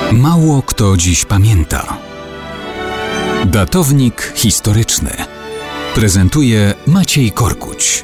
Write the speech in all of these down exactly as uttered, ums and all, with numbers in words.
Mało kto dziś pamięta. Datownik historyczny prezentuje Maciej Korkuć.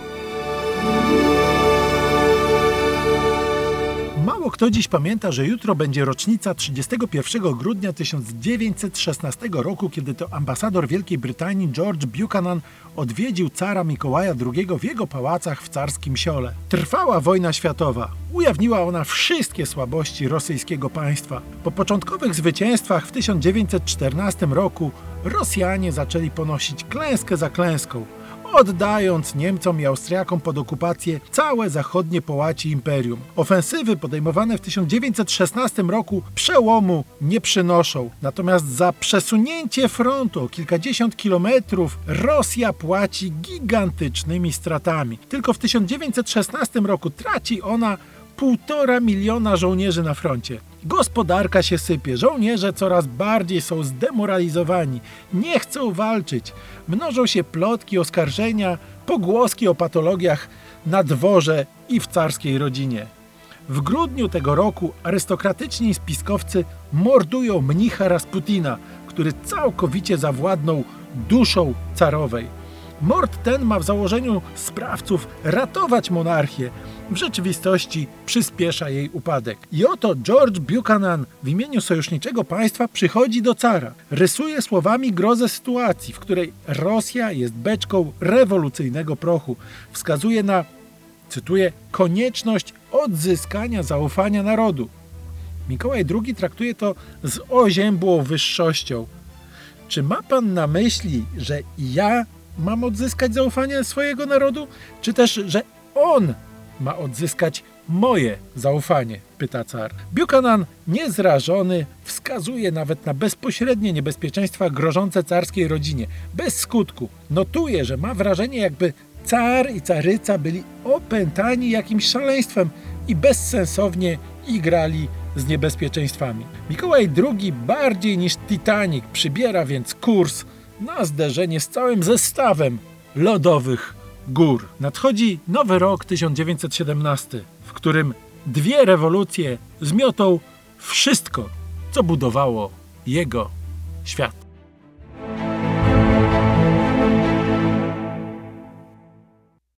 Mało kto dziś pamięta, że jutro będzie rocznica trzydziestego pierwszego grudnia tysiąc dziewięćset szesnastego roku, kiedy to ambasador Wielkiej Brytanii George Buchanan odwiedził cara Mikołaja drugiego w jego pałacach w Carskim Siole. Trwała wojna światowa. Ujawniła ona wszystkie słabości rosyjskiego państwa. Po początkowych zwycięstwach w tysiąc dziewięćset czternastym roku Rosjanie zaczęli ponosić klęskę za klęską, oddając Niemcom i Austriakom pod okupację całe zachodnie połaci imperium. Ofensywy podejmowane w tysiąc dziewięćset szesnastym roku przełomu nie przynoszą. Natomiast za przesunięcie frontu o kilkadziesiąt kilometrów Rosja płaci gigantycznymi stratami. Tylko w tysiąc dziewięćset szesnastym roku traci ona półtora miliona żołnierzy na froncie. Gospodarka się sypie, żołnierze coraz bardziej są zdemoralizowani, nie chcą walczyć. Mnożą się plotki, oskarżenia, pogłoski o patologiach na dworze i w carskiej rodzinie. W grudniu tego roku arystokratyczni spiskowcy mordują mnicha Rasputina, który całkowicie zawładnął duszą carowej. Mord ten ma w założeniu sprawców ratować monarchię. W rzeczywistości przyspiesza jej upadek. I oto George Buchanan w imieniu sojuszniczego państwa przychodzi do cara. Rysuje słowami grozę sytuacji, w której Rosja jest beczką rewolucyjnego prochu. Wskazuje na, cytuję, konieczność odzyskania zaufania narodu. Mikołaj drugi traktuje to z oziębłą wyższością. Czy ma pan na myśli, że ja mam odzyskać zaufanie swojego narodu, czy też, że on ma odzyskać moje zaufanie? Pyta car. Buchanan, niezrażony, wskazuje nawet na bezpośrednie niebezpieczeństwa grożące carskiej rodzinie. Bez skutku. Notuje, że ma wrażenie, jakby car i caryca byli opętani jakimś szaleństwem i bezsensownie igrali z niebezpieczeństwami. Mikołaj drugi bardziej niż Titanic przybiera więc kurs na zderzenie z całym zestawem lodowych gór. Nadchodzi nowy rok tysiąc dziewięćset siedemnasty, w którym dwie rewolucje zmiotą wszystko, co budowało jego świat.